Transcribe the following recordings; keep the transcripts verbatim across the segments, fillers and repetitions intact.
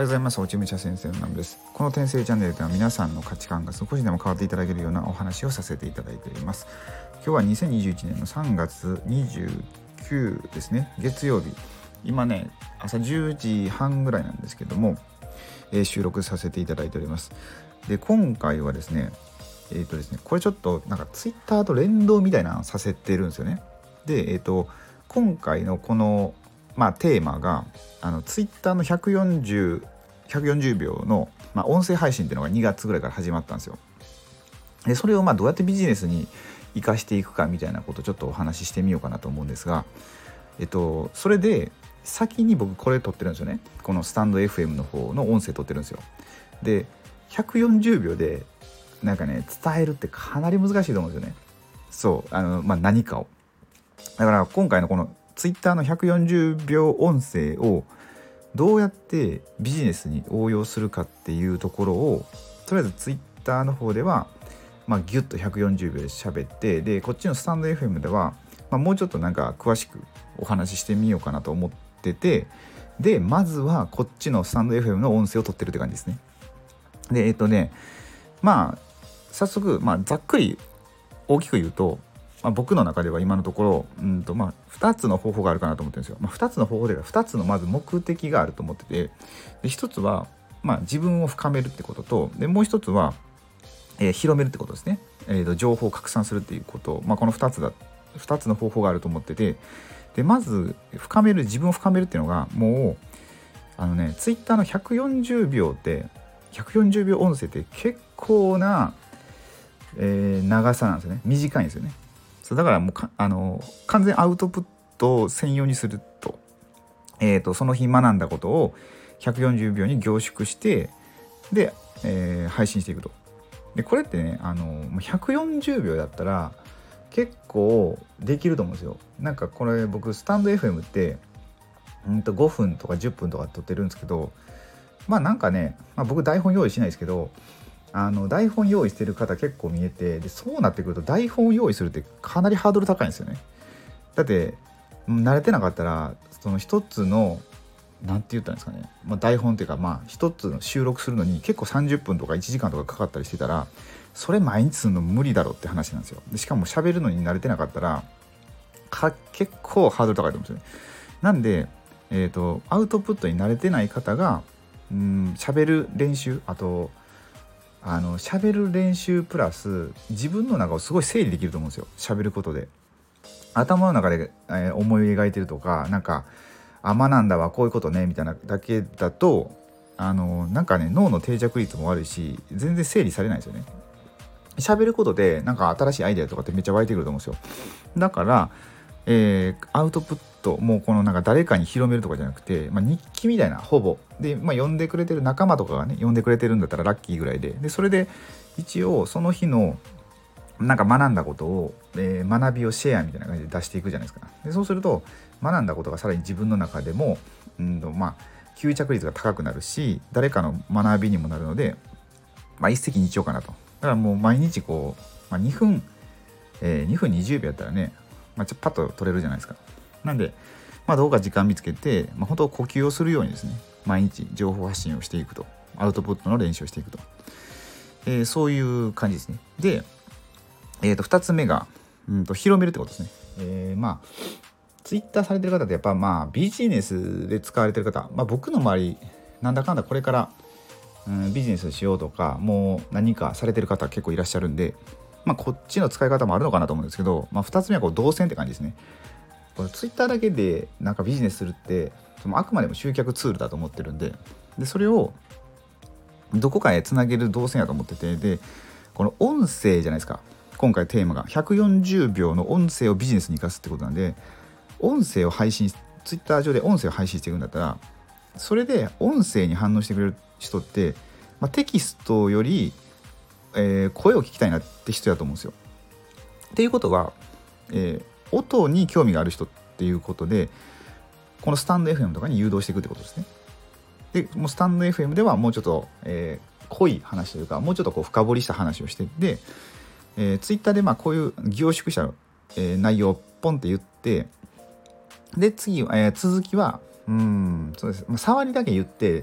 ようございます。落ち武者先生のナムです。この転生チャンネルでは皆さんの価値観が少しでも変わっていただけるようなお話をさせていただいております。今日はにせんにじゅういちねんのさんがつにじゅうくにちですね、月曜日。今ね、朝じゅうじはんぐらいなんですけども、えー、収録させていただいております。で、今回はですね、えーとですね、これちょっとなんかツイッターと連動みたいなのをさせてるんですよね。で、えーと、今回のこのまあ、テーマがあのツイッターのひゃくよんじゅうびょうの、まあ、音声配信っていうのがにがつぐらいから始まったんですよ。でそれをまあどうやってビジネスに生かしていくかみたいなことをちょっとお話ししてみようかなと思うんですが、えっと、それで先に僕これ撮ってるんですよね。このスタンド エフエム の方の音声撮ってるんですよ。でひゃくよんじゅうびょうでなんかね伝えるってかなり難しいと思うんですよね。そうあの、まあ、何かをだから今回のこのツイッターのひゃくよんじゅうびょう音声をどうやってビジネスに応用するかっていうところをとりあえずツイッターの方では、まあ、ギュッとひゃくよんじゅうびょうで喋って、でこっちのスタンド エフエム では、まあ、もうちょっとなんか詳しくお話ししてみようかなと思ってて、でまずはこっちのスタンド エフエム の音声を取ってるって感じですね。でえっとねまあ早速、まあ、ざっくり大きく言うと、まあ、僕の中では今のところうんとまあふたつの方法があるかなと思ってるんですよ。まあ、ふたつの方法ではふたつのまず目的があると思ってて、でひとつはまあ自分を深めるってことと、でもう一つは、えー、広めるってことですね。えーと情報を拡散するっていうこと、まあ、このふたつだふたつの方法があると思ってて、でまず深める自分を深めるっていうのがもうあのねツイッターのひゃくよんじゅうびょうってひゃくよんじゅうびょう音声って結構な、えー、長さなんですよね。短いんですよね。そうだからもうかあの完全アウトプット専用にすると、えーとその日学んだことをひゃくよんじゅうびょうに凝縮してで、えー、配信していくと。でこれってねあのひゃくよんじゅうびょうだったら結構できると思うんですよ。なんかこれ僕スタンド エフエム ってうんとごふんとかじゅっぷんとか撮ってるんですけど、まあなんかね、まあ、僕台本用意しないですけど、あの台本用意してる方結構見えて、でそうなってくると台本用意するってかなりハードル高いんですよね。だって慣れてなかったらその一つのなんて言ったんですかね、まあ、台本っていうかまあ一つの収録するのに結構さんじゅっぷんとかいちじかんとかかかったりしてたら、それ毎日するの無理だろって話なんですよ。でしかも喋るのに慣れてなかったらか結構ハードル高いと思うんですよね。なんで、えーと、アウトプットに慣れてない方がうん喋る練習、あとあの喋る練習プラス自分の中をすごい整理できると思うんですよ。喋ることで頭の中で、えー、思い描いてるとか、なんかあ学んだわこういうことねみたいなだけだとあのなんかね脳の定着率も悪いし全然整理されないですよね。喋ることでなんか新しいアイデアとかってめっちゃ湧いてくると思うんですよ。だから、えー、アウトプットもうこのなんか誰かに広めるとかじゃなくて、まあ、日記みたいなほぼで、まあ、読んでくれてる仲間とかがね読んでくれてるんだったらラッキーぐらいで、でそれで一応その日のなんか学んだことを、えー、学びをシェアみたいな感じで出していくじゃないですか。でそうすると学んだことがさらに自分の中でもうんとまあ吸着率が高くなるし、誰かの学びにもなるので、まあ、一石二鳥かなと。だからもう毎日こう、まあ、にふん、えー、にふんにじゅうびょうやったらね、まあ、ちょっとパッと取れるじゃないですか。なんで、まあ、どうか時間見つけて、まあ、本当呼吸をするようにですね、毎日情報発信をしていくと、アウトプットの練習をしていくと、えー、そういう感じですね。で、えー、とふたつめが、うんと広めるってことですね。えー、まあツイッターされてる方ってやっぱまあビジネスで使われてる方、まあ、僕の周りなんだかんだこれから、うん、ビジネスしようとかもう何かされてる方結構いらっしゃるんで、まあ、こっちの使い方もあるのかなと思うんですけど、まあ、ふたつめはこう動線って感じですね。これツイッターだけでなんかビジネスするってそのあくまでも集客ツールだと思ってるんで、でそれをどこかへつなげる動線やと思ってて、でこの音声じゃないですか。今回テーマがひゃくよんじゅうびょうの音声をビジネスに生かすってことなんで、音声を配信ツイッター上で音声を配信していくんだったら、それで音声に反応してくれる人って、まあ、テキストより、えー、声を聞きたいなって人だと思うんですよ。っていうことは、えー、音に興味がある人っていうことで、このスタンド エフエム とかに誘導していくってことですね。でもうスタンド エフエム ではもうちょっと、えー、濃い話というか、もうちょっとこう深掘りした話をしていって、えー、ツイッターでまあこういう凝縮した、えー、内容をポンって言って、で次、えー、続きはうーんそうです、まあ、触りだけ言って、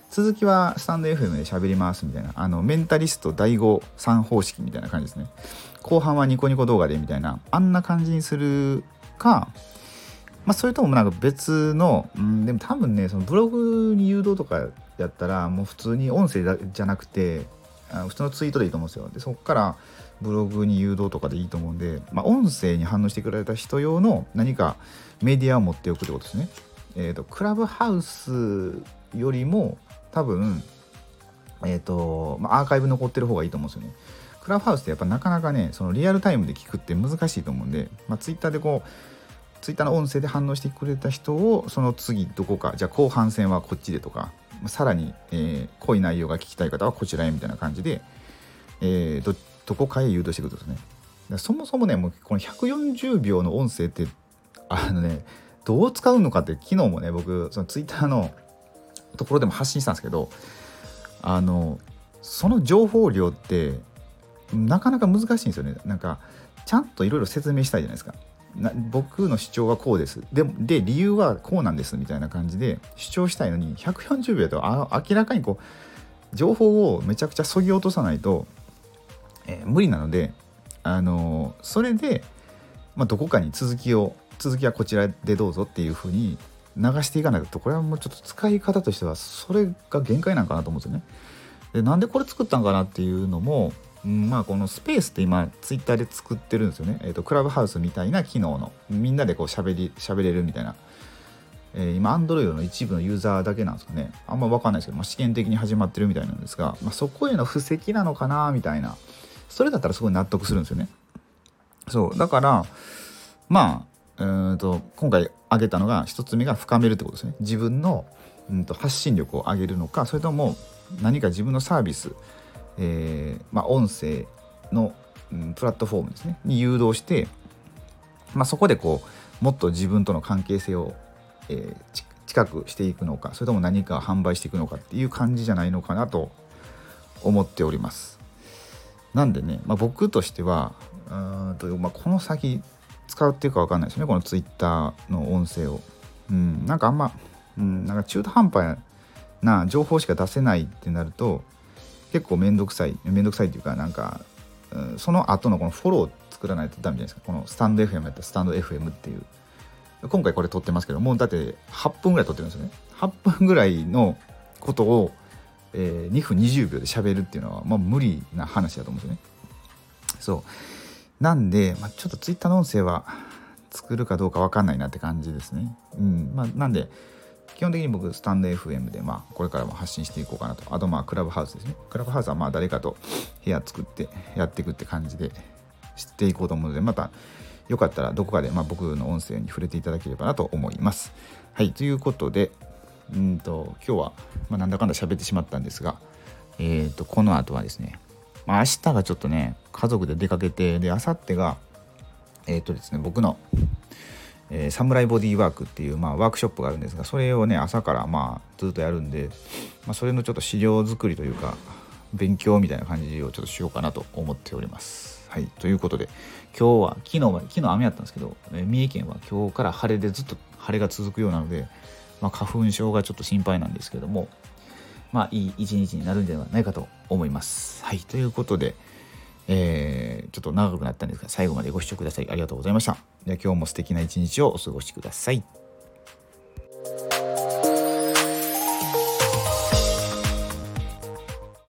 続きはスタンド エフエム で喋りますみたいな、あのメンタリストだいごさん方式みたいな感じですね。後半はニコニコ動画でみたいな、あんな感じにするか、まあ、それともなんか別の、うん、でも多分ねそのブログに誘導とかやったらもう普通に音声じゃなくてあ普通のツイートでいいと思うんですよ。でそこからブログに誘導とかでいいと思うんで、まあ、音声に反応してくれた人用の何かメディアを持っておくってことですね。えーと、クラブハウスよりも多分、えーとまあ、アーカイブ残ってる方がいいと思うんですよね。クラブハウスってやっぱなかなかねそのリアルタイムで聞くって難しいと思うんで、まあ、ツイッターでこうツイッターの音声で反応してくれた人をその次どこかじゃあ後半戦はこっちでとかさらに、えー、濃い内容が聞きたい方はこちらへみたいな感じで、えー、ど, どこかへ誘導してくるんですね。だそもそもねもうこのひゃくよんじゅうびょうの音声ってあのねどう使うのかって昨日もね僕そのツイッターのところでも発信したんですけど、あのその情報量ってなかなか難しいんですよね。なんかちゃんといろいろ説明したいじゃないですか。な僕の主張はこうですでで理由はこうなんですみたいな感じで主張したいのにひゃくよんじゅうびょうとあ明らかにこう情報をめちゃくちゃそぎ落とさないと、えー、無理なので、あのー、それで、まあ、どこかに続きを続きはこちらでどうぞっていう風に流していかないと、これはもうちょっと使い方としてはそれが限界なんかなと思うんですよね。でなんでこれ作ったんかなっていうのも、うん、まあこのスペースって今ツイッターで作ってるんですよね。えーと、クラブハウスみたいな機能のみんなでこう喋り喋れるみたいな、えー、今 Android の一部のユーザーだけなんですかね。あんま分かんないですけど、まあ、試験的に始まってるみたいなんですが、まあ、そこへの布石なのかなみたいな、それだったらすごい納得するんですよね。そうだからまあうーんと今回挙げたのが一つ目が深めるってことですね。自分のうんと発信力を上げるのか、それとも何か自分のサービス、えーまあ、音声の、うん、プラットフォームですねに誘導して、まあ、そこでこうもっと自分との関係性を、えー、近くしていくのか、それとも何か販売していくのかっていう感じじゃないのかなと思っております。なんでね、まあ、僕としてはうーんと、まあ、この先使うっていうか分かんないですね、このツイッターの音声を。うん、なんかあんま、うん、なんか中途半端な情報しか出せないってなると結構めんどくさいめんどくさいっていうか、なんか、うん、その後のこのフォローを作らないとダメじゃないですか。このスタンド エフエム やったらスタンド エフエム っていう、今回これ撮ってますけどもうだってはっぷんぐらい撮ってるんですよね。はっぷんぐらいのことを、えー、にふんにじゅうびょうで喋るっていうのは、まあ、無理な話だと思うんですよね。そうなんで、まあ、ちょっとツイッターの音声は作るかどうか分かんないなって感じですね。うんまあ、なんで基本的に僕スタンド エフエム でまあこれからも発信していこうかなと。あとまあクラブハウスですね。クラブハウスはまあ誰かと部屋作ってやっていくって感じで知っていこうと思うので、またよかったらどこかでまあ僕の音声に触れていただければなと思います。はい、ということでうんと今日はまあなんだかんだ喋ってしまったんですが、えーとこの後はですね、まあ、明日がちょっとね家族で出かけて、で明後日がえーとですね僕のえー、サムライボディーワークっていう、まあ、ワークショップがあるんですが、それをね朝からまあずっとやるんで、まあ、それのちょっと資料作りというか勉強みたいな感じをちょっとしようかなと思っております。はい、ということで今日は昨日は昨日雨やったんですけど、えー、三重県は今日から晴れでずっと晴れが続くようなので、まあ、花粉症がちょっと心配なんですけども、まあいい一日になるんではないかと思います。はい、ということでえー、ちょっと長くなったんですが最後までご視聴くださいありがとうございました。では今日も素敵な一日をお過ごしください。